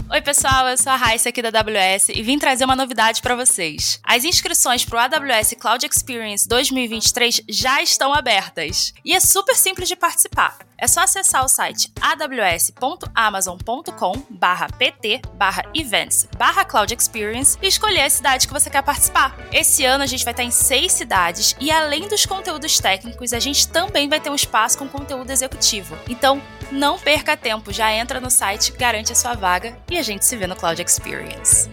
Oi pessoal, eu sou a Raíssa aqui da AWS e vim trazer uma novidade para vocês. As inscrições para o AWS Cloud Experience 2023 já estão abertas e é super simples de participar. É só acessar o site aws.amazon.com/pt/events/Cloud Experience e escolher a cidade que você quer participar. Esse ano a gente vai estar em 6 cidades e além dos conteúdos técnicos, a gente também vai ter um espaço com conteúdo executivo. Então, não perca tempo, já entra no site, garante a sua vaga e a gente se vê no Cloud Experience.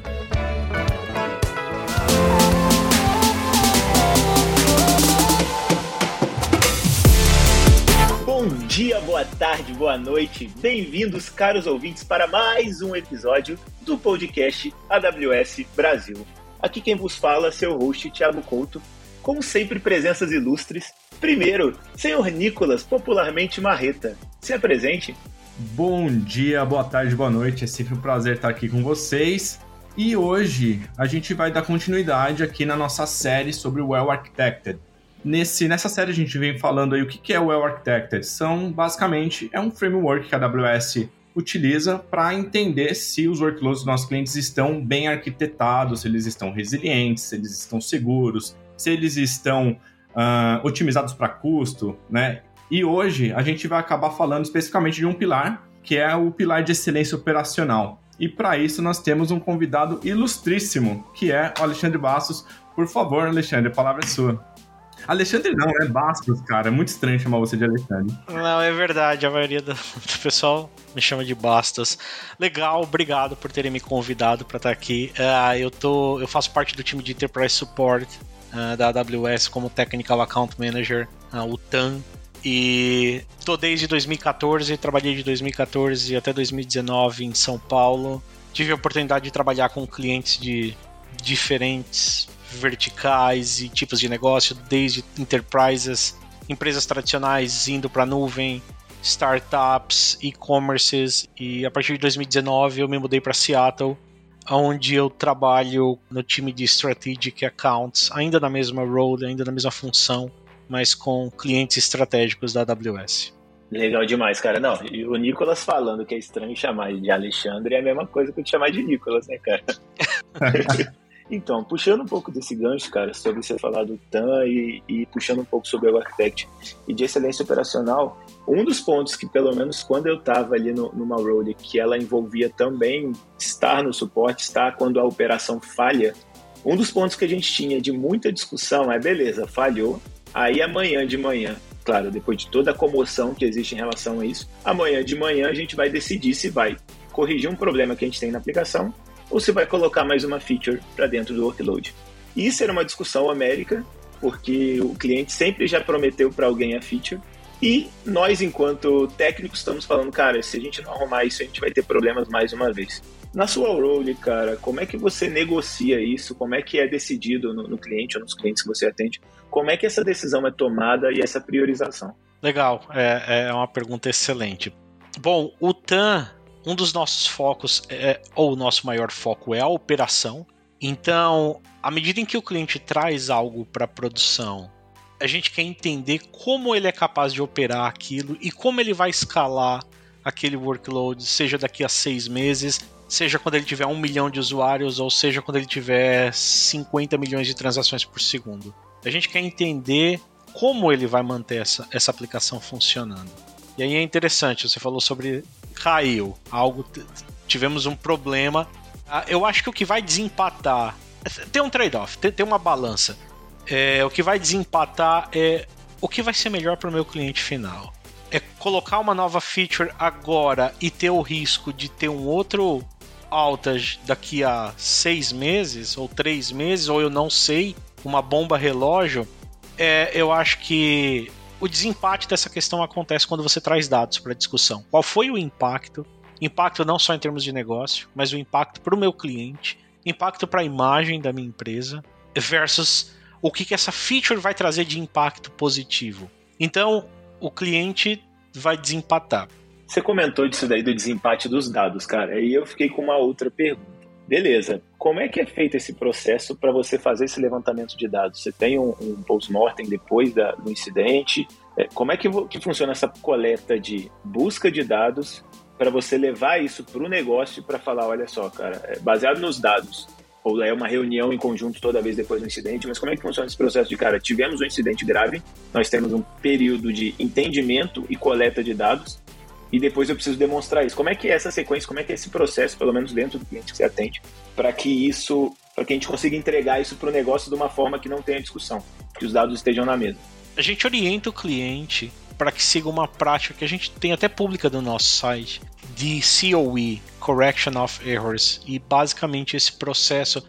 Bom dia, boa tarde, boa noite, bem-vindos, caros ouvintes, para mais um episódio do podcast AWS Brasil. Aqui quem vos fala é seu host, Thiago Couto, como sempre, presenças ilustres. Primeiro, senhor Nicolas, popularmente Marreta, se apresente. Bom dia, boa tarde, boa noite, é sempre um prazer estar aqui com vocês. E hoje a gente vai dar continuidade aqui na nossa série sobre o Well Architected. Nessa série a gente vem falando aí o que é o Well Architected. Basicamente, é um framework que a AWS utiliza para entender se os workloads dos nossos clientes estão bem arquitetados, se eles estão resilientes, se eles estão seguros, se eles estão otimizados para custo, né? E hoje a gente vai acabar falando especificamente de um pilar, que é o pilar de excelência operacional. E para isso nós temos um convidado ilustríssimo, que é o Alexandre Bastos. Por favor, Alexandre, a palavra é sua. Alexandre não, é Bastos, cara. É muito estranho chamar você de Alexandre. Não, é verdade. A maioria do pessoal me chama de Bastos. Legal, obrigado por terem me convidado para estar aqui. Eu faço parte do time de Enterprise Support da AWS como Technical Account Manager, o TAM. E estou desde 2014, trabalhei de 2014 até 2019 em São Paulo. Tive a oportunidade de trabalhar com clientes de diferentes verticais e tipos de negócio, desde enterprises, empresas tradicionais indo para a nuvem, startups, e-commerces, e a partir de 2019 eu me mudei para Seattle, onde eu trabalho no time de Strategic Accounts, ainda na mesma role, ainda na mesma função, mas com clientes estratégicos da AWS. Legal demais, cara. Não, e o Nicolas falando que é estranho chamar de Alexandre é a mesma coisa que eu te chamar de Nicolas, né, cara? Então, puxando um pouco desse gancho, cara, sobre você falar do TAM e puxando um pouco sobre o Architect e de excelência operacional, um dos pontos que, pelo menos quando eu estava ali numa role, que ela envolvia também estar no suporte, estar quando a operação falha, um dos pontos que a gente tinha de muita discussão é, beleza, falhou, aí amanhã de manhã, claro, depois de toda a comoção que existe em relação a isso, amanhã de manhã a gente vai decidir se vai corrigir um problema que a gente tem na aplicação ou se vai colocar mais uma feature para dentro do workload. E isso era uma discussão homérica, porque o cliente sempre já prometeu para alguém a feature, e nós, enquanto técnicos, estamos falando, cara, se a gente não arrumar isso, a gente vai ter problemas mais uma vez. Na sua role, cara, como é que você negocia isso? Como é que é decidido no cliente ou nos clientes que você atende? Como é que essa decisão é tomada e essa priorização? Legal, é uma pergunta excelente. Bom, o TAM, um dos nossos focos, ou o nosso maior foco, é a operação. Então, à medida em que o cliente traz algo para a produção, a gente quer entender como ele é capaz de operar aquilo e como ele vai escalar aquele workload, seja daqui a 6 meses, seja quando ele tiver 1 milhão de usuários, ou seja quando ele tiver 50 milhões de transações por segundo. A gente quer entender como ele vai manter essa aplicação funcionando. E aí é interessante, você falou sobre caiu, tivemos um problema. Eu acho que o que vai desempatar, tem um trade-off, tem uma balança. O que vai desempatar é o que vai ser melhor para o meu cliente final. É colocar uma nova feature agora e ter o risco de ter um outro outage daqui a 6 meses, ou 3 meses, ou eu não sei, uma bomba relógio. Eu acho que o desempate dessa questão acontece quando você traz dados para a discussão. Qual foi o impacto? Impacto não só em termos de negócio, mas o impacto para o meu cliente, impacto para a imagem da minha empresa, versus o que essa feature vai trazer de impacto positivo. Então, o cliente vai desempatar. Você comentou disso daí, do desempate dos dados, cara, e eu fiquei com uma outra pergunta. Beleza, como é que é feito esse processo para você fazer esse levantamento de dados? Você tem um post-mortem depois do incidente? Como é que funciona essa coleta de busca de dados para você levar isso para o negócio para falar, olha só, cara, baseado nos dados, ou é uma reunião em conjunto toda vez depois do incidente, mas como é que funciona esse processo de, cara, tivemos um incidente grave, nós temos um período de entendimento e coleta de dados, e depois eu preciso demonstrar isso. Como é que é essa sequência, como é que é esse processo, pelo menos dentro do cliente que você atende, para que a gente consiga entregar isso para o negócio de uma forma que não tenha discussão, que os dados estejam na mesa. A gente orienta o cliente para que siga uma prática que a gente tem até pública no nosso site, de COE, Correction of Errors, e basicamente esse processo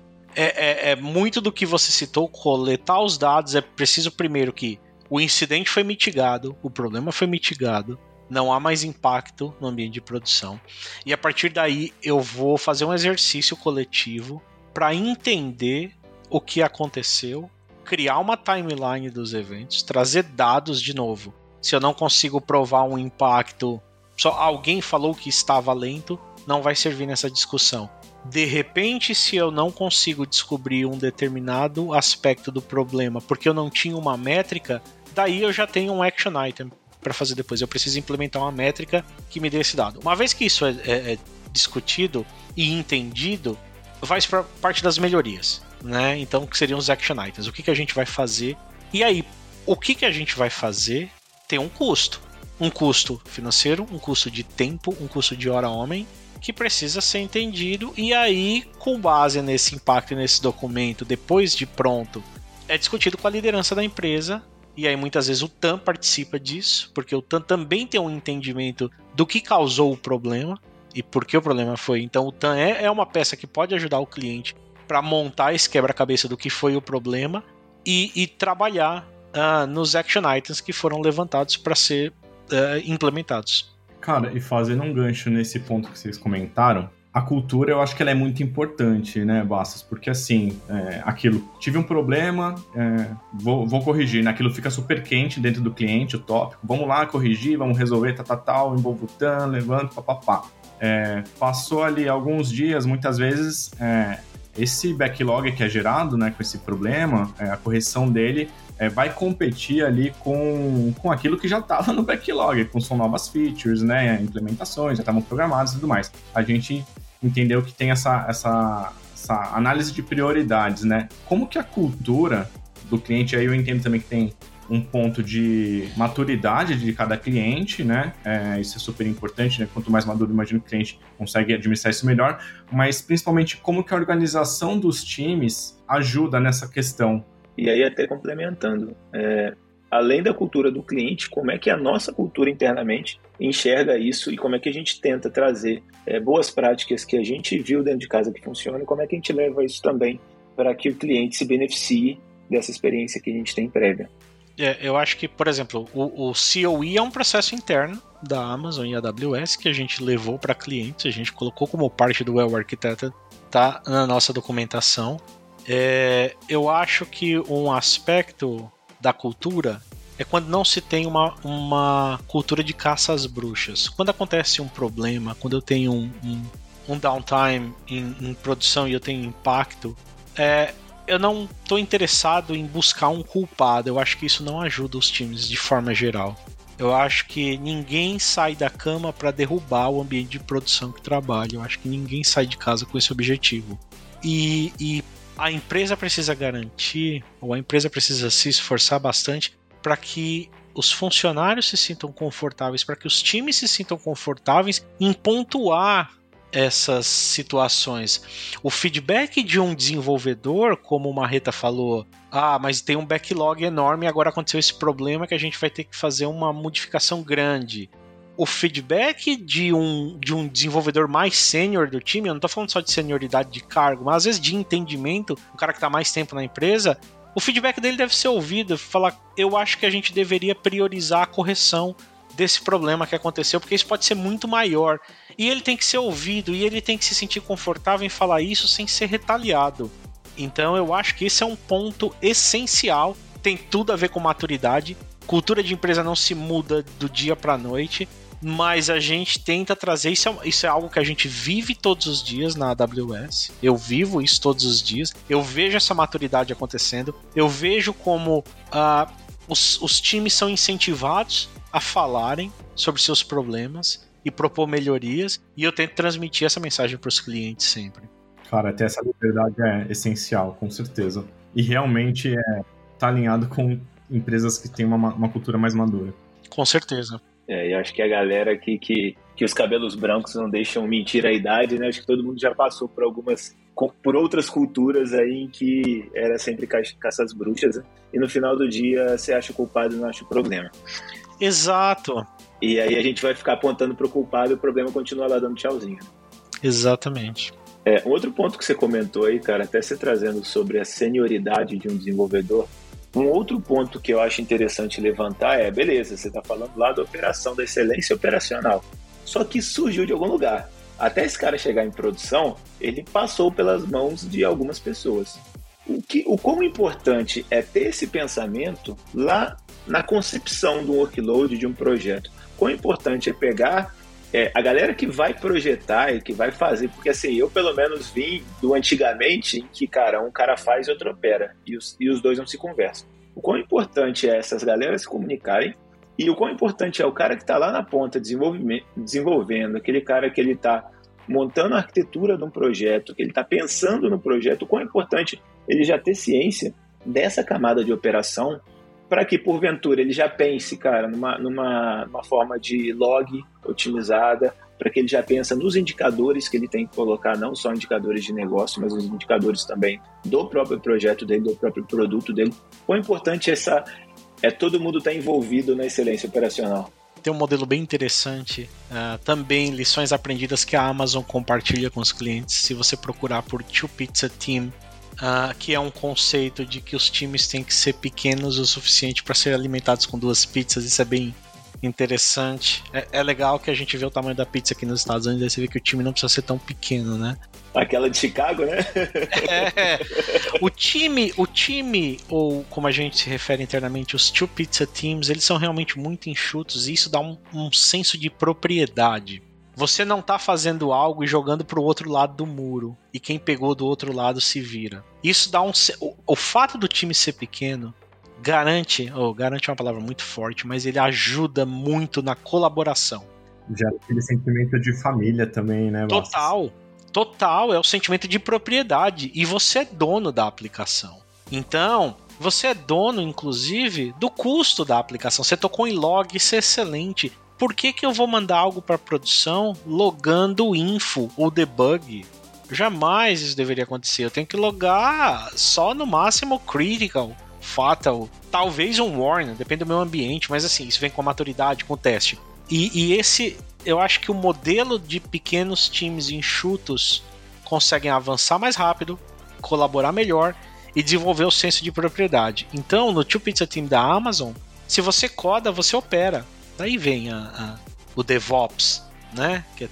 é muito do que você citou, coletar os dados. É preciso primeiro que o incidente foi mitigado, o problema foi mitigado, não há mais impacto no ambiente de produção, e a partir daí eu vou fazer um exercício coletivo para entender o que aconteceu, criar uma timeline dos eventos, trazer dados de novo. Se eu não consigo provar um impacto, só alguém falou que estava lento, não vai servir nessa discussão. De repente, se eu não consigo descobrir um determinado aspecto do problema porque eu não tinha uma métrica, daí eu já tenho um action item para fazer depois. Eu preciso implementar uma métrica que me dê esse dado. Uma vez que isso é discutido e entendido, vai para parte das melhorias, né? Então, que seriam os action items. O que a gente vai fazer? E aí, o que a gente vai fazer tem um custo. Um custo financeiro, um custo de tempo, um custo de hora-homem, que precisa ser entendido. E aí, com base nesse impacto e nesse documento, depois de pronto, é discutido com a liderança da empresa. E aí, muitas vezes, o TAM participa disso, porque o TAM também tem um entendimento do que causou o problema e por que o problema foi. Então, o TAM é uma peça que pode ajudar o cliente para montar esse quebra-cabeça do que foi o problema e trabalhar nos action items que foram levantados para ser implementados. Cara, e fazendo um gancho nesse ponto que vocês comentaram, a cultura eu acho que ela é muito importante, né, Bastos? Porque assim, aquilo, tive um problema, vou corrigir, né? Aquilo fica super quente dentro do cliente, o tópico, vamos lá corrigir, vamos resolver, tal, envolvo o TAM, levanto, papapá. Passou ali alguns dias, muitas vezes, esse backlog que é gerado, né, com esse problema, a correção dele vai competir ali com aquilo que já estava no backlog, são novas features, né, implementações, já estavam programadas e tudo mais. A gente entendeu que tem essa análise de prioridades, né? Como que a cultura do cliente, aí eu entendo também que tem um ponto de maturidade de cada cliente, né? Isso é super importante, né? Quanto mais maduro, imagino que o cliente consegue administrar isso melhor, mas principalmente como que a organização dos times ajuda nessa questão. E aí, até complementando, além da cultura do cliente, como é que a nossa cultura internamente enxerga isso e como é que a gente tenta trazer boas práticas que a gente viu dentro de casa que funcionam e como é que a gente leva isso também para que o cliente se beneficie dessa experiência que a gente tem prévia. Eu acho que, por exemplo, o COE é um processo interno da Amazon e AWS que a gente levou para clientes, a gente colocou como parte do Well Architected, tá na nossa documentação. Eu acho que um aspecto da cultura é quando não se tem uma cultura de caça às bruxas. Quando acontece um problema, quando eu tenho um downtime em produção e eu tenho impacto, eu não estou interessado em buscar um culpado. Eu acho que isso não ajuda os times de forma geral. Eu acho que ninguém sai da cama para derrubar o ambiente de produção que trabalha. Eu acho que ninguém sai de casa com esse objetivo. E a empresa precisa garantir, ou a empresa precisa se esforçar bastante para que os funcionários se sintam confortáveis, para que os times se sintam confortáveis em pontuar essas situações. O feedback de um desenvolvedor, como o Marreta falou, mas tem um backlog enorme e agora aconteceu esse problema que a gente vai ter que fazer uma modificação grande. O feedback de um desenvolvedor mais sênior do time, eu não estou falando só de senioridade de cargo, mas às vezes de entendimento, um cara que está mais tempo na empresa, o feedback dele deve ser ouvido, falar, eu acho que a gente deveria priorizar a correção desse problema que aconteceu, porque isso pode ser muito maior. E ele tem que ser ouvido, e ele tem que se sentir confortável em falar isso sem ser retaliado. Então eu acho que esse é um ponto essencial, tem tudo a ver com maturidade. Cultura de empresa não se muda do dia para a noite, mas a gente tenta trazer, isso é algo que a gente vive todos os dias na AWS, eu vivo isso todos os dias, eu vejo essa maturidade acontecendo, eu vejo como os times são incentivados a falarem sobre seus problemas, e propor melhorias, e eu tento transmitir essa mensagem para os clientes sempre. Cara, ter essa liberdade é essencial, com certeza. E realmente tá alinhado com empresas que têm uma cultura mais madura. Com certeza. E acho que a galera que os cabelos brancos não deixam mentir a idade, né? Acho que todo mundo já passou por outras culturas aí em que era sempre caça às bruxas, né? E no final do dia você acha o culpado e não acha o problema. Exato. E aí a gente vai ficar apontando pro culpado e o problema continua lá dando tchauzinho. Exatamente. Um outro ponto que você comentou aí, cara, até você trazendo sobre a senioridade de um desenvolvedor, um outro ponto que eu acho interessante levantar beleza, você está falando lá da operação, da excelência operacional, só que surgiu de algum lugar. Até esse cara chegar em produção, ele passou pelas mãos de algumas pessoas. O quão importante é ter esse pensamento lá na concepção do workload de um projeto. Quão importante é pegar a galera que vai projetar e que vai fazer, porque assim, eu pelo menos vim do antigamente em que, cara, um cara faz e outro opera, e os dois não se conversam. O quão importante é essas galeras se comunicarem, e o quão importante é o cara que está lá na ponta desenvolvendo, aquele cara que ele está montando a arquitetura de um projeto, que ele está pensando no projeto, o quão importante ele já ter ciência dessa camada de operação, para que, porventura, ele já pense, cara, numa forma de log otimizada, para que ele já pense nos indicadores que ele tem que colocar, não só indicadores de negócio, mas os indicadores também do próprio projeto dele, do próprio produto dele. Quão importante todo mundo estar envolvido na excelência operacional. Tem um modelo bem interessante, também lições aprendidas que a Amazon compartilha com os clientes. Se você procurar por Two Pizza Team, que é um conceito de que os times têm que ser pequenos o suficiente para ser alimentados com 2 pizzas. Isso é bem interessante. É legal que a gente vê o tamanho da pizza aqui nos Estados Unidos, aí você vê que o time não precisa ser tão pequeno, né? Aquela de Chicago, né? O time, ou como a gente se refere internamente, os Two Pizza Teams, eles são realmente muito enxutos e isso dá um senso de propriedade. Você não tá fazendo algo e jogando pro outro lado do muro, e quem pegou do outro lado se vira. Isso dá o fato do time ser pequeno garante é uma palavra muito forte, mas ele ajuda muito na colaboração. Já aquele sentimento de família também, né? Total, é o sentimento de propriedade, e você é dono da aplicação. Então, você é dono, inclusive, do custo da aplicação. Você tocou em log, isso é excelente. Por que eu vou mandar algo para produção logando o info ou debug? Jamais isso deveria acontecer. Eu tenho que logar só no máximo critical, fatal, talvez um warning, depende do meu ambiente, mas assim, isso vem com a maturidade, com o teste. E esse, eu acho que o modelo de pequenos times enxutos conseguem avançar mais rápido, colaborar melhor e desenvolver o senso de propriedade. Então, no Two Pizza Team da Amazon, se você coda, você opera. Daí vem o DevOps, né? Que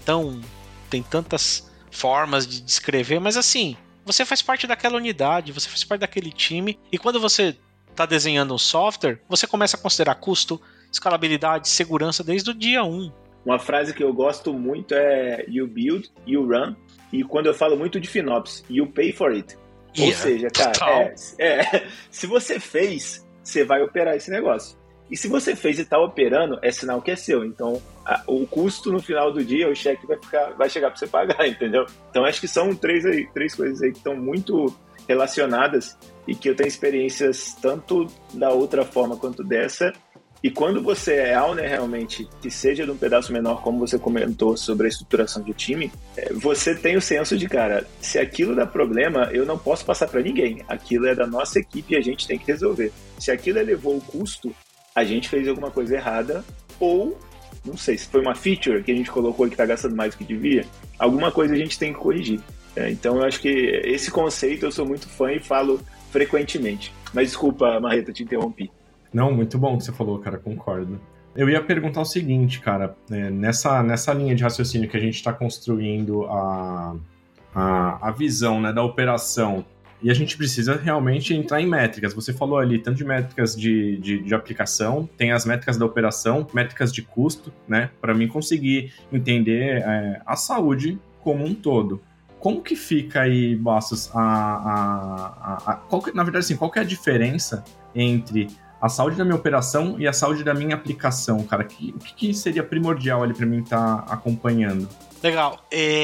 tem tantas formas de descrever, mas assim, você faz parte daquela unidade, você faz parte daquele time, e quando você está desenhando um software, você começa a considerar custo, escalabilidade, segurança desde o dia 1. Uma frase que eu gosto muito é you build, you run, e quando eu falo muito de FinOps, you pay for it. Ou seja, cara, se você fez, você vai operar esse negócio. E se você fez e está operando, é sinal que é seu. Então, o custo no final do dia, o cheque vai chegar para você pagar, entendeu? Então, acho que são três coisas aí que estão muito relacionadas e que eu tenho experiências tanto da outra forma quanto dessa. E quando você é owner realmente, que seja de um pedaço menor, como você comentou sobre a estruturação de time, você tem o senso de, cara, se aquilo dá problema, eu não posso passar para ninguém. Aquilo é da nossa equipe e a gente tem que resolver. Se aquilo elevou o custo, a gente fez alguma coisa errada, ou, não sei, se foi uma feature que a gente colocou e que está gastando mais do que devia, alguma coisa a gente tem que corrigir. Então eu acho que esse conceito eu sou muito fã e falo frequentemente. Mas desculpa, Marreta, te interrompi. Não, muito bom o que você falou, cara, concordo. Eu ia perguntar o seguinte, cara, nessa linha de raciocínio que a gente está construindo a visão, né, da operação, e a gente precisa realmente entrar em métricas. Você falou ali tanto de métricas de aplicação, tem as métricas da operação, métricas de custo, né? Para mim conseguir entender a saúde como um todo. Como que fica aí, Bastos, na verdade, assim, qual que é a diferença entre a saúde da minha operação e a saúde da minha aplicação, cara. O que seria primordial ali para mim estar acompanhando? Legal.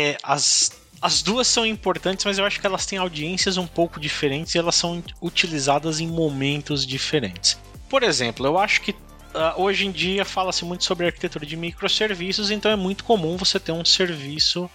As duas são importantes, mas eu acho que elas têm audiências um pouco diferentes e elas são utilizadas em momentos diferentes. Por exemplo, eu acho que hoje em dia fala-se muito sobre arquitetura de microserviços, então é muito comum você ter um serviço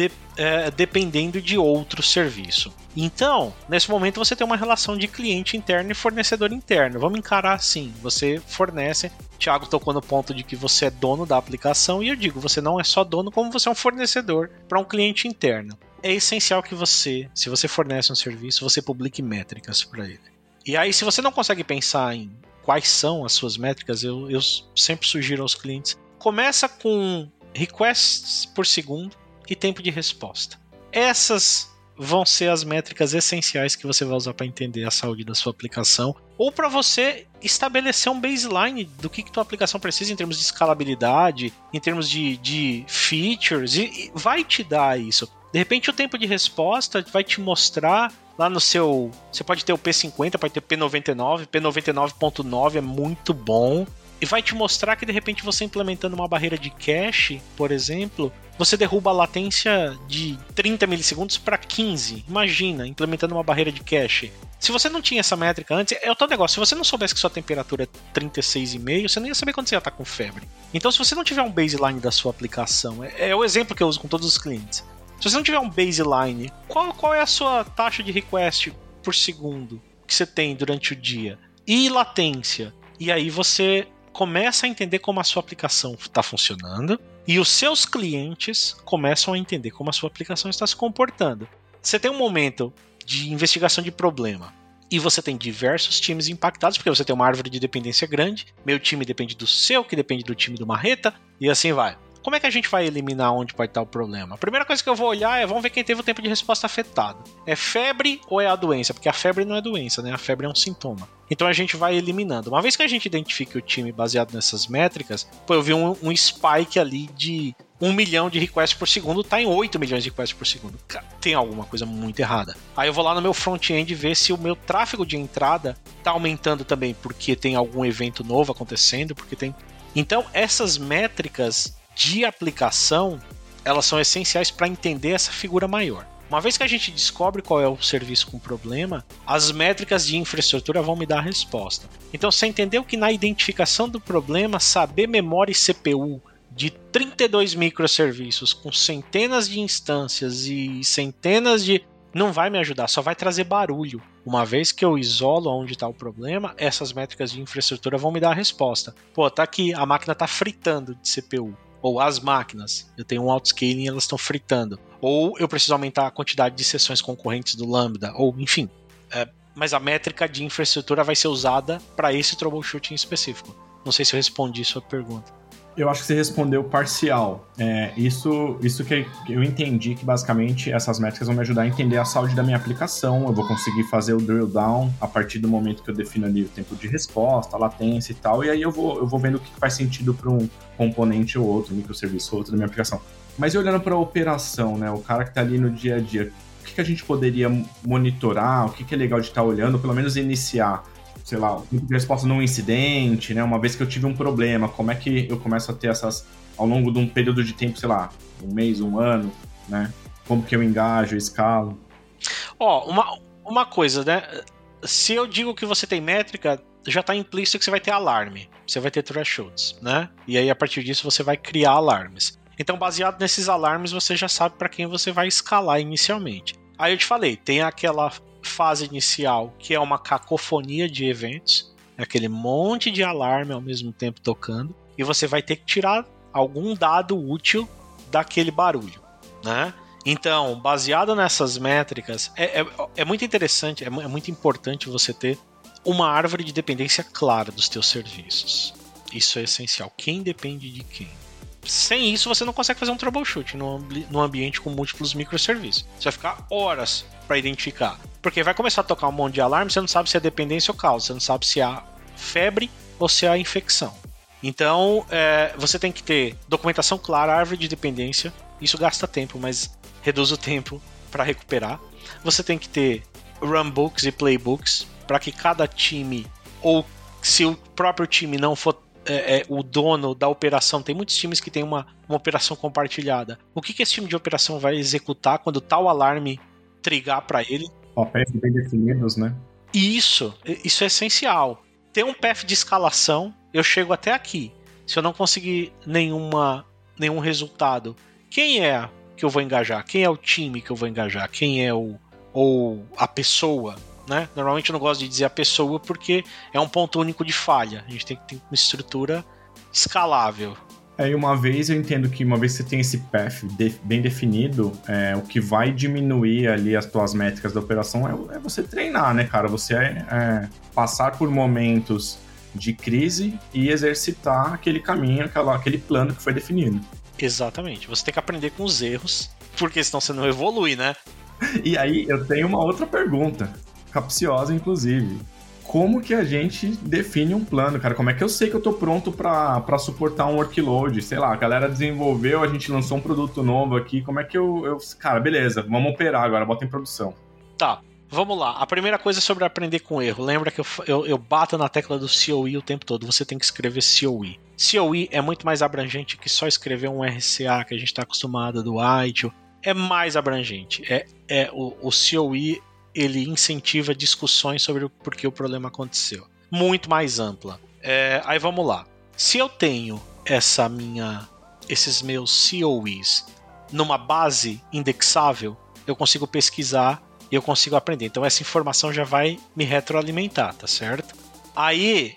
dependendo de outro serviço. Então, nesse momento você tem uma relação de cliente interno e fornecedor interno. Vamos encarar assim, você fornece, Thiago tocou no ponto de que você é dono da aplicação, e eu digo, você não é só dono, como você é um fornecedor para um cliente interno. É essencial que você, se você fornece um serviço, você publique métricas para ele. E aí, se você não consegue pensar em quais são as suas métricas, eu sempre sugiro aos clientes, começa com requests por segundo e tempo de resposta. Essas vão ser as métricas essenciais que você vai usar para entender a saúde da sua aplicação, ou para você estabelecer um baseline do que tua aplicação precisa em termos de escalabilidade, em termos de features, e vai te dar isso. De repente o tempo de resposta vai te mostrar lá no seu... Você pode ter o P50, pode ter P99, P99.9 é muito bom, e vai te mostrar que de repente você implementando uma barreira de cache, por exemplo, você derruba a latência de 30 milissegundos para 15. Imagina, implementando uma barreira de cache. Se você não tinha essa métrica antes, é o tal negócio. Se você não soubesse que sua temperatura é 36,5, você não ia saber quando você ia estar com febre. Então, se você não tiver um baseline da sua aplicação, é o exemplo que eu uso com todos os clientes. Se você não tiver um baseline, qual é a sua taxa de request por segundo que você tem durante o dia? E latência? E aí você começa a entender como a sua aplicação está funcionando e os seus clientes começam a entender como a sua aplicação está se comportando. Você tem um momento de investigação de problema e você tem diversos times impactados, porque você tem uma árvore de dependência grande, meu time depende do seu, que depende do time do Marreta, e assim vai. Como é que a gente vai eliminar onde pode estar o problema? A primeira coisa que eu vou olhar é, vamos ver quem teve o tempo de resposta afetado. É febre ou é a doença? Porque a febre não é doença, né? A febre é um sintoma. Então a gente vai eliminando. Uma vez que a gente identifique o time baseado nessas métricas, eu vi um spike ali de 1 milhão de requests por segundo, tá em 8 milhões de requests por segundo. Cara, tem alguma coisa muito errada. Aí eu vou lá no meu front-end ver se o meu tráfego de entrada tá aumentando também, porque tem algum evento novo acontecendo, porque tem... Então essas métricas de aplicação, elas são essenciais para entender essa figura maior. Uma vez que a gente descobre qual é o serviço com problema, as métricas de infraestrutura vão me dar a resposta. Então, você entendeu que na identificação do problema, saber memória e CPU de 32 microserviços com centenas de instâncias e centenas de... não vai me ajudar, só vai trazer barulho. Uma vez que eu isolo onde está o problema, essas métricas de infraestrutura vão me dar a resposta. Pô, tá aqui, a máquina está fritando de CPU. Ou as máquinas, eu tenho um autoscaling e elas estão fritando. Ou eu preciso aumentar a quantidade de sessões concorrentes do Lambda, ou enfim. Mas a métrica de infraestrutura vai ser usada para esse troubleshooting específico. Não sei se eu respondi sua pergunta. Eu acho que você respondeu parcial. Isso que eu entendi, que basicamente essas métricas vão me ajudar a entender a saúde da minha aplicação. Eu vou conseguir fazer o drill down a partir do momento que eu defino ali o tempo de resposta, a latência e tal, e aí eu vou vendo o que faz sentido para um componente ou outro, microserviço ou outro da minha aplicação. Mas olhando para a operação, né, o cara que está ali no dia a dia, o que a gente poderia monitorar, o que é legal de estar olhando, pelo menos iniciar, sei lá, o tempo de resposta num incidente, né? Uma vez que eu tive um problema, como é que eu começo a ter essas, ao longo de um período de tempo, sei lá, um mês, um ano, né? Como que eu engajo, escalo? Uma coisa, né? Se eu digo que você tem métrica, já está implícito que você vai ter alarme, você vai ter thresholds, né? E aí, a partir disso, você vai criar alarmes. Então, baseado nesses alarmes, você já sabe para quem você vai escalar inicialmente. Aí eu te falei, tem aquela fase inicial que é uma cacofonia de eventos, é aquele monte de alarme ao mesmo tempo tocando, e você vai ter que tirar algum dado útil daquele barulho, né? Então, baseado nessas métricas, é muito interessante, é muito importante você ter uma árvore de dependência clara dos teus serviços. Isso é essencial. Quem depende de quem? Sem isso, você não consegue fazer um troubleshoot num ambiente com múltiplos microserviços. Você vai ficar horas para identificar. Porque vai começar a tocar um monte de alarme, você não sabe se é dependência ou causa, você não sabe se é febre ou se é infecção. Então, você tem que ter documentação clara, árvore de dependência. Isso gasta tempo, mas reduz o tempo para recuperar. Você tem que ter runbooks e playbooks para que cada time, ou se o próprio time não for o dono da operação, tem muitos times que tem uma operação compartilhada. O que esse time de operação vai executar quando tal alarme trigar para ele? Papéis bem definidos, né? Isso é essencial. Ter um path de escalação, eu chego até aqui. Se eu não conseguir nenhum resultado, quem é que eu vou engajar? Quem é o time que eu vou engajar? Quem é a pessoa? Né? Normalmente eu não gosto de dizer a pessoa porque é um ponto único de falha. A gente tem que ter uma estrutura escalável. E uma vez eu entendo que uma vez que você tem esse path bem definido, o que vai diminuir ali as tuas métricas da operação é você treinar, né, cara? Você passar por momentos de crise e exercitar aquele caminho, aquele plano que foi definido. Exatamente. Você tem que aprender com os erros, porque senão você não evolui, né? E aí eu tenho uma outra pergunta, capciosa inclusive. Como que a gente define um plano, cara? Como é que eu sei que eu tô pronto pra suportar um workload? Sei lá, a galera desenvolveu, a gente lançou um produto novo aqui, como é que eu... Cara, beleza, vamos operar agora, bota em produção. Tá, vamos lá. A primeira coisa é sobre aprender com erro. Lembra que eu bato na tecla do COE o tempo todo. Você tem que escrever COE. COE é muito mais abrangente que só escrever um RCA que a gente tá acostumado do ITIL. É mais abrangente. O COE... ele incentiva discussões sobre o porquê o problema aconteceu. Muito mais ampla. Aí vamos lá. Se eu tenho esses meus COEs numa base indexável, eu consigo pesquisar e eu consigo aprender. Então essa informação já vai me retroalimentar, tá certo? Aí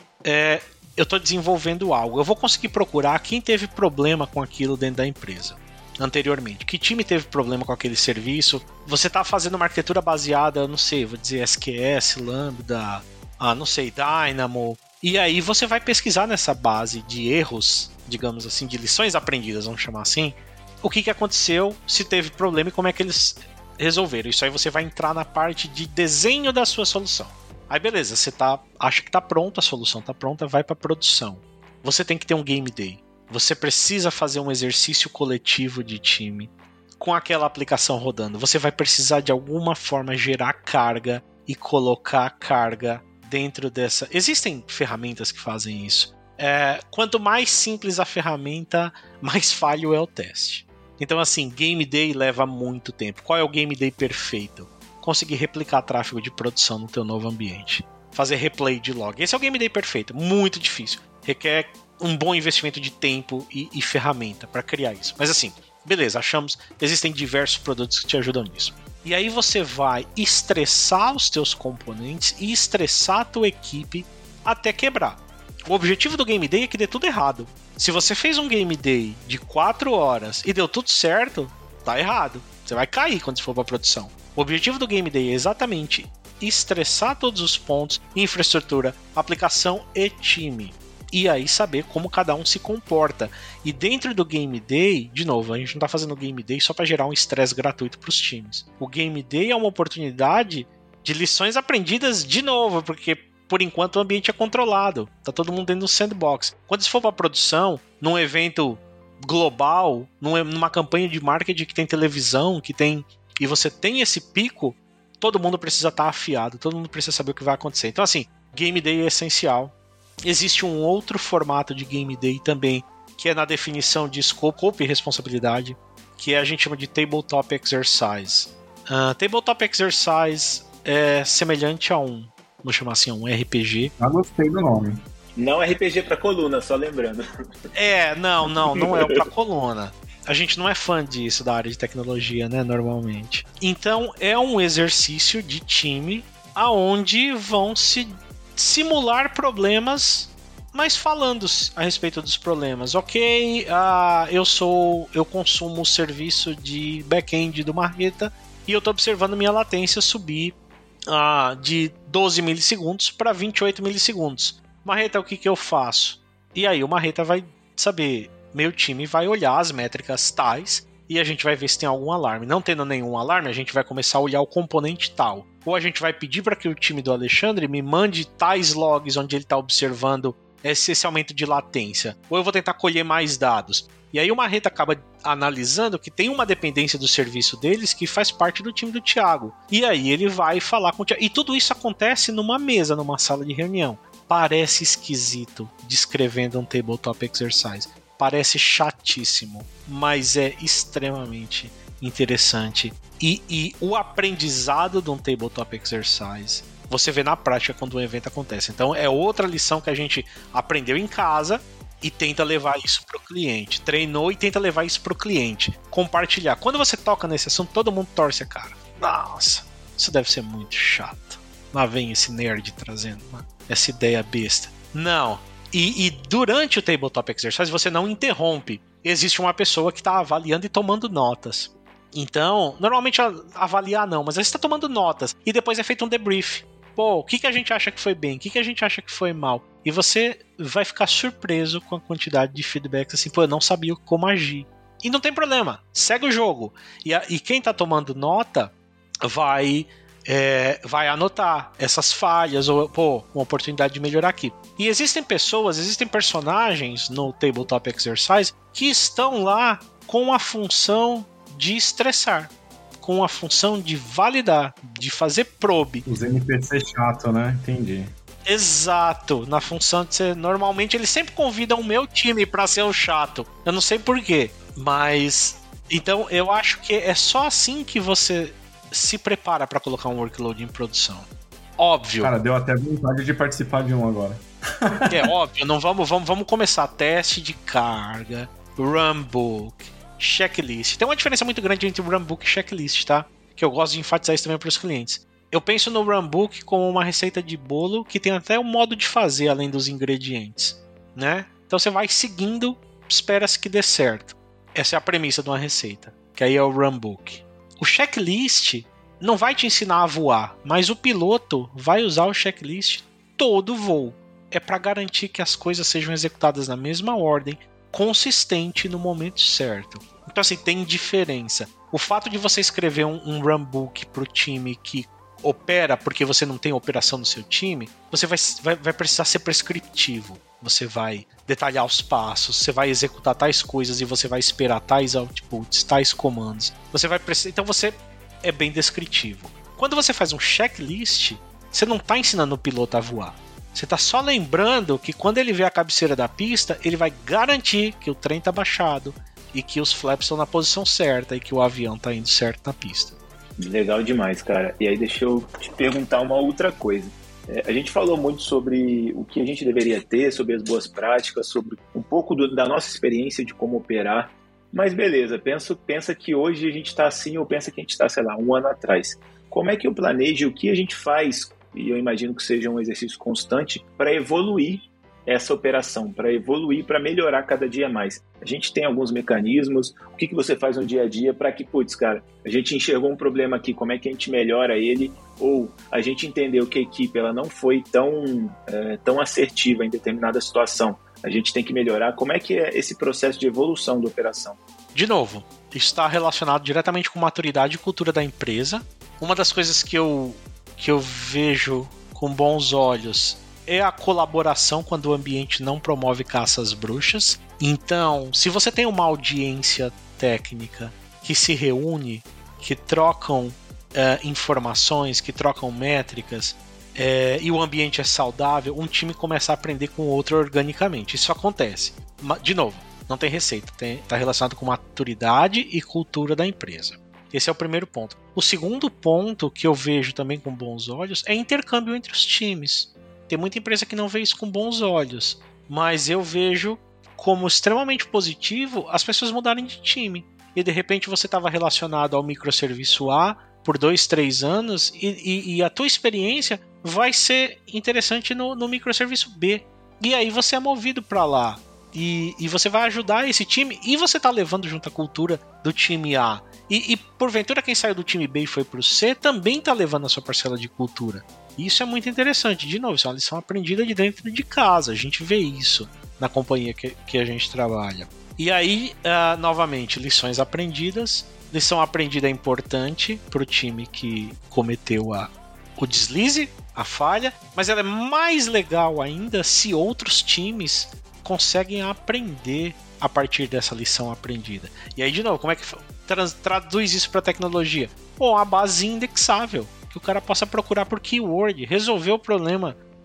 eu estou desenvolvendo algo. Eu vou conseguir procurar quem teve problema com aquilo dentro da empresa anteriormente. Que time teve problema com aquele serviço? Você está fazendo uma arquitetura baseada, não sei, vou dizer SQS, Lambda, não sei, Dynamo. E aí você vai pesquisar nessa base de erros, digamos assim, de lições aprendidas, vamos chamar assim, o que aconteceu, se teve problema e como é que eles resolveram. Isso aí você vai entrar na parte de desenho da sua solução. Aí beleza, você acha que está pronto, a solução está pronta, vai para produção. Você tem que ter um Game Day. Você precisa fazer um exercício coletivo de time com aquela aplicação rodando. Você vai precisar de alguma forma gerar carga e colocar a carga dentro dessa... Existem ferramentas que fazem isso. Quanto mais simples a ferramenta, mais falho é o teste. Então assim, Game Day leva muito tempo. Qual é o Game Day perfeito? Conseguir replicar tráfego de produção no teu novo ambiente. Fazer replay de log. Esse é o Game Day perfeito. Muito difícil. Requer um bom investimento de tempo e ferramenta para criar isso. Mas assim, beleza, achamos, existem diversos produtos que te ajudam nisso. E aí você vai estressar os teus componentes e estressar a tua equipe até quebrar. O objetivo do Game Day é que dê tudo errado. Se você fez um Game Day de 4 horas e deu tudo certo, tá errado. Você vai cair quando for para produção. O objetivo do Game Day é exatamente estressar todos os pontos, infraestrutura, aplicação e time. E aí saber como cada um se comporta. E dentro do Game Day, de novo, a gente não está fazendo o Game Day só para gerar um estresse gratuito para os times. O Game Day é uma oportunidade de lições aprendidas de novo, porque por enquanto o ambiente é controlado. Tá todo mundo dentro do sandbox. Quando isso for para produção, num evento global, numa campanha de marketing que tem televisão, e você tem esse pico, todo mundo precisa estar afiado, todo mundo precisa saber o que vai acontecer. Então assim, Game Day é essencial. Existe um outro formato de Game Day também, que é na definição de scope e responsabilidade, que a gente chama de Tabletop Exercise. Tabletop Exercise é semelhante a vamos chamar assim, um RPG. Gostei do nome. Não RPG pra coluna, só lembrando. Não é pra coluna. A gente não é fã disso da área de tecnologia, né, normalmente. Então, é um exercício de time aonde vão se simular problemas, mas falando a respeito dos problemas. Ok, eu consumo o serviço de back-end do Marreta e eu estou observando minha latência subir de 12 milissegundos para 28 milissegundos. Marreta, o que eu faço? E aí o Marreta vai saber, meu time vai olhar as métricas tais e a gente vai ver se tem algum alarme. Não tendo nenhum alarme, a gente vai começar a olhar o componente tal. Ou a gente vai pedir para que o time do Alexandre me mande tais logs onde ele está observando esse aumento de latência. Ou eu vou tentar colher mais dados. E aí o Marreta acaba analisando que tem uma dependência do serviço deles que faz parte do time do Thiago. E aí ele vai falar com o Thiago. E tudo isso acontece numa mesa, numa sala de reunião. parece esquisito descrevendo um tabletop exercise. Parece chatíssimo, mas é extremamente interessante. E o aprendizado de um tabletop exercise você vê na prática quando o evento acontece. Então é outra lição que a gente aprendeu em casa e tenta levar isso pro cliente. Treinou e tenta levar isso pro cliente. Compartilhar. Quando você toca nesse assunto, todo mundo torce a cara. Nossa, isso deve ser muito chato. Lá vem esse nerd trazendo essa ideia besta. Não. E durante o tabletop exercise você não interrompe. Existe uma pessoa que está avaliando e tomando notas. Então, normalmente avaliar não, mas você está tomando notas. E depois é feito um debrief. Pô, o que a gente acha que foi bem? O que a gente acha que foi mal? E você vai ficar surpreso com a quantidade de feedbacks assim, pô, eu não sabia como agir. E não tem problema, segue o jogo. E quem está tomando nota vai anotar essas falhas ou, pô, uma oportunidade de melhorar aqui. E existem personagens no Tabletop Exercise que estão lá com a função de estressar, com a função de validar, de fazer probe. Os NPC chato, né? Entendi. Exato, na função de ser... Normalmente eles sempre convidam o meu time pra ser o chato. Eu não sei porquê, mas... Então eu acho que é só assim que você se prepara pra colocar um workload em produção. Óbvio. Cara, deu até vontade de participar de um agora. É óbvio, não vamos começar. Teste de carga, runbook, checklist. Tem uma diferença muito grande entre runbook e checklist, tá? Que eu gosto de enfatizar isso também para os clientes. Eu penso no runbook como uma receita de bolo que tem até um modo de fazer além dos ingredientes, né? Então você vai seguindo, espera-se que dê certo. Essa é a premissa de uma receita, que aí é o runbook. O checklist não vai te ensinar a voar, mas o piloto vai usar o checklist todo voo. É para garantir que as coisas sejam executadas na mesma ordem, consistente no momento certo. Então assim, tem diferença. O fato de você escrever um runbook para o time que opera porque você não tem operação no seu time, você vai precisar ser prescritivo. Você vai detalhar os passos, você vai executar tais coisas e você vai esperar tais outputs, tais comandos. Então você é bem descritivo. Quando você faz um checklist, você não está ensinando o piloto a voar. Você está só lembrando que quando ele vê a cabeceira da pista, ele vai garantir que o trem está baixado e que os flaps estão na posição certa e que o avião está indo certo na pista. Legal demais, cara. E aí deixa eu te perguntar uma outra coisa. A gente falou muito sobre o que a gente deveria ter, sobre as boas práticas, sobre um pouco da nossa experiência de como operar. Mas beleza, pensa que hoje a gente está assim ou pensa que a gente está, sei lá, um ano atrás. Como é que eu planejo o que a gente faz, e eu imagino que seja um exercício constante, para evoluir essa operação, para evoluir, para melhorar cada dia mais? A gente tem alguns mecanismos, o que você faz no dia a dia para que, putz, cara, a gente enxergou um problema aqui, como é que a gente melhora ele? Ou a gente entendeu que a equipe ela não foi tão assertiva em determinada situação, a gente tem que melhorar. Como é que é esse processo de evolução da operação? De novo, isso está relacionado diretamente com maturidade e cultura da empresa. Uma das coisas que eu vejo com bons olhos é a colaboração quando o ambiente não promove caça às bruxas. Então, se você tem uma audiência técnica que se reúne, que trocam informações, que trocam métricas, e o ambiente é saudável, um time começa a aprender com o outro organicamente. Isso acontece. De novo, não tem receita, está relacionado com maturidade e cultura da empresa. Esse é o primeiro ponto. O segundo ponto que eu vejo também com bons olhos é intercâmbio entre os times. Tem muita empresa que não vê isso com bons olhos, mas eu vejo como extremamente positivo as pessoas mudarem de time. E de repente você estava relacionado ao microserviço A por 2-3 anos e a tua experiência vai ser interessante no microserviço B. E aí você é movido para lá. E você vai ajudar esse time e você está levando junto a cultura do time A. E porventura quem saiu do time B e foi para o C também está levando a sua parcela de cultura. E isso é muito interessante. De novo, isso é uma lição aprendida de dentro de casa. A gente vê isso na companhia que a gente trabalha. E aí, novamente, lições aprendidas. Lição aprendida é importante para o time que cometeu o deslize, a falha. Mas ela é mais legal ainda se outros times conseguem aprender a partir dessa lição aprendida. E aí, de novo, como é que traduz isso para tecnologia? Bom, a base indexável, que o cara possa procurar por keyword, resolver o problema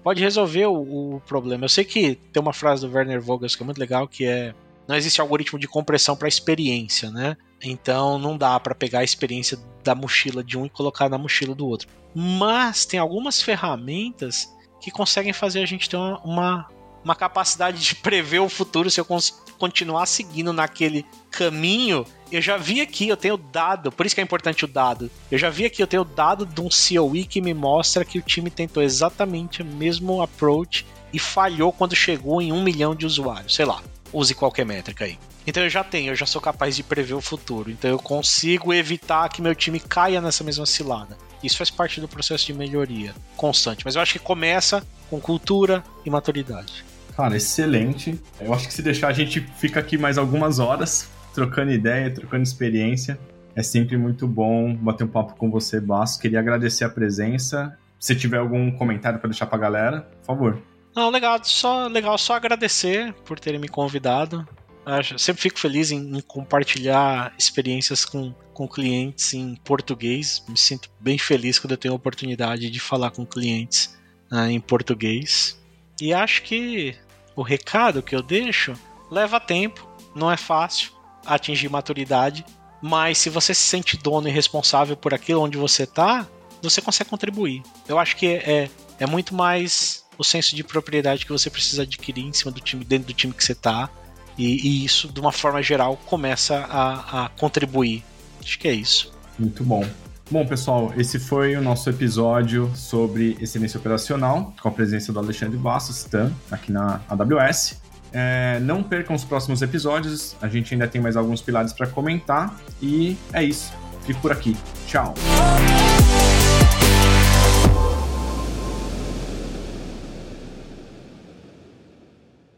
pode resolver o problema. Eu sei que tem uma frase do Werner Vogels que é muito legal, que é: não existe algoritmo de compressão para experiência, né? Então não dá para pegar a experiência da mochila de um e colocar na mochila do outro. Mas tem algumas ferramentas que conseguem fazer a gente ter uma capacidade de prever o futuro. Se eu continuar seguindo naquele caminho, eu já vi aqui, eu tenho dado, por isso que é importante o dado. Eu já vi aqui, eu tenho dado de um COE que me mostra que o time tentou exatamente o mesmo approach e falhou quando chegou em 1 milhão de usuários, sei lá. Use qualquer métrica aí. Então eu já sou capaz de prever o futuro. Então eu consigo evitar que meu time caia nessa mesma cilada. Isso faz parte do processo de melhoria constante. Mas eu acho que começa com cultura e maturidade. Cara, excelente. Eu acho que se deixar a gente fica aqui mais algumas horas trocando ideia, trocando experiência. É sempre muito bom bater um papo com você, Basso. Queria agradecer a presença. Se tiver algum comentário para deixar pra galera, por favor. Não, legal só agradecer por terem me convidado. Eu sempre fico feliz em compartilhar experiências com clientes em português. Me sinto bem feliz quando eu tenho a oportunidade de falar com clientes em português. E acho que o recado que eu deixo leva tempo, não é fácil atingir maturidade, mas se você se sente dono e responsável por aquilo onde você está, você consegue contribuir. Eu acho que é muito mais o senso de propriedade que você precisa adquirir em cima do time, dentro do time que você está, e isso, de uma forma geral, começa a contribuir. Acho que é isso. Muito bom. Bom, pessoal, esse foi o nosso episódio sobre excelência operacional, com a presença do Alexandre Bastos, TAM, aqui na AWS. Não percam os próximos episódios, a gente ainda tem mais alguns pilares para comentar, e é isso. Fico por aqui. Tchau!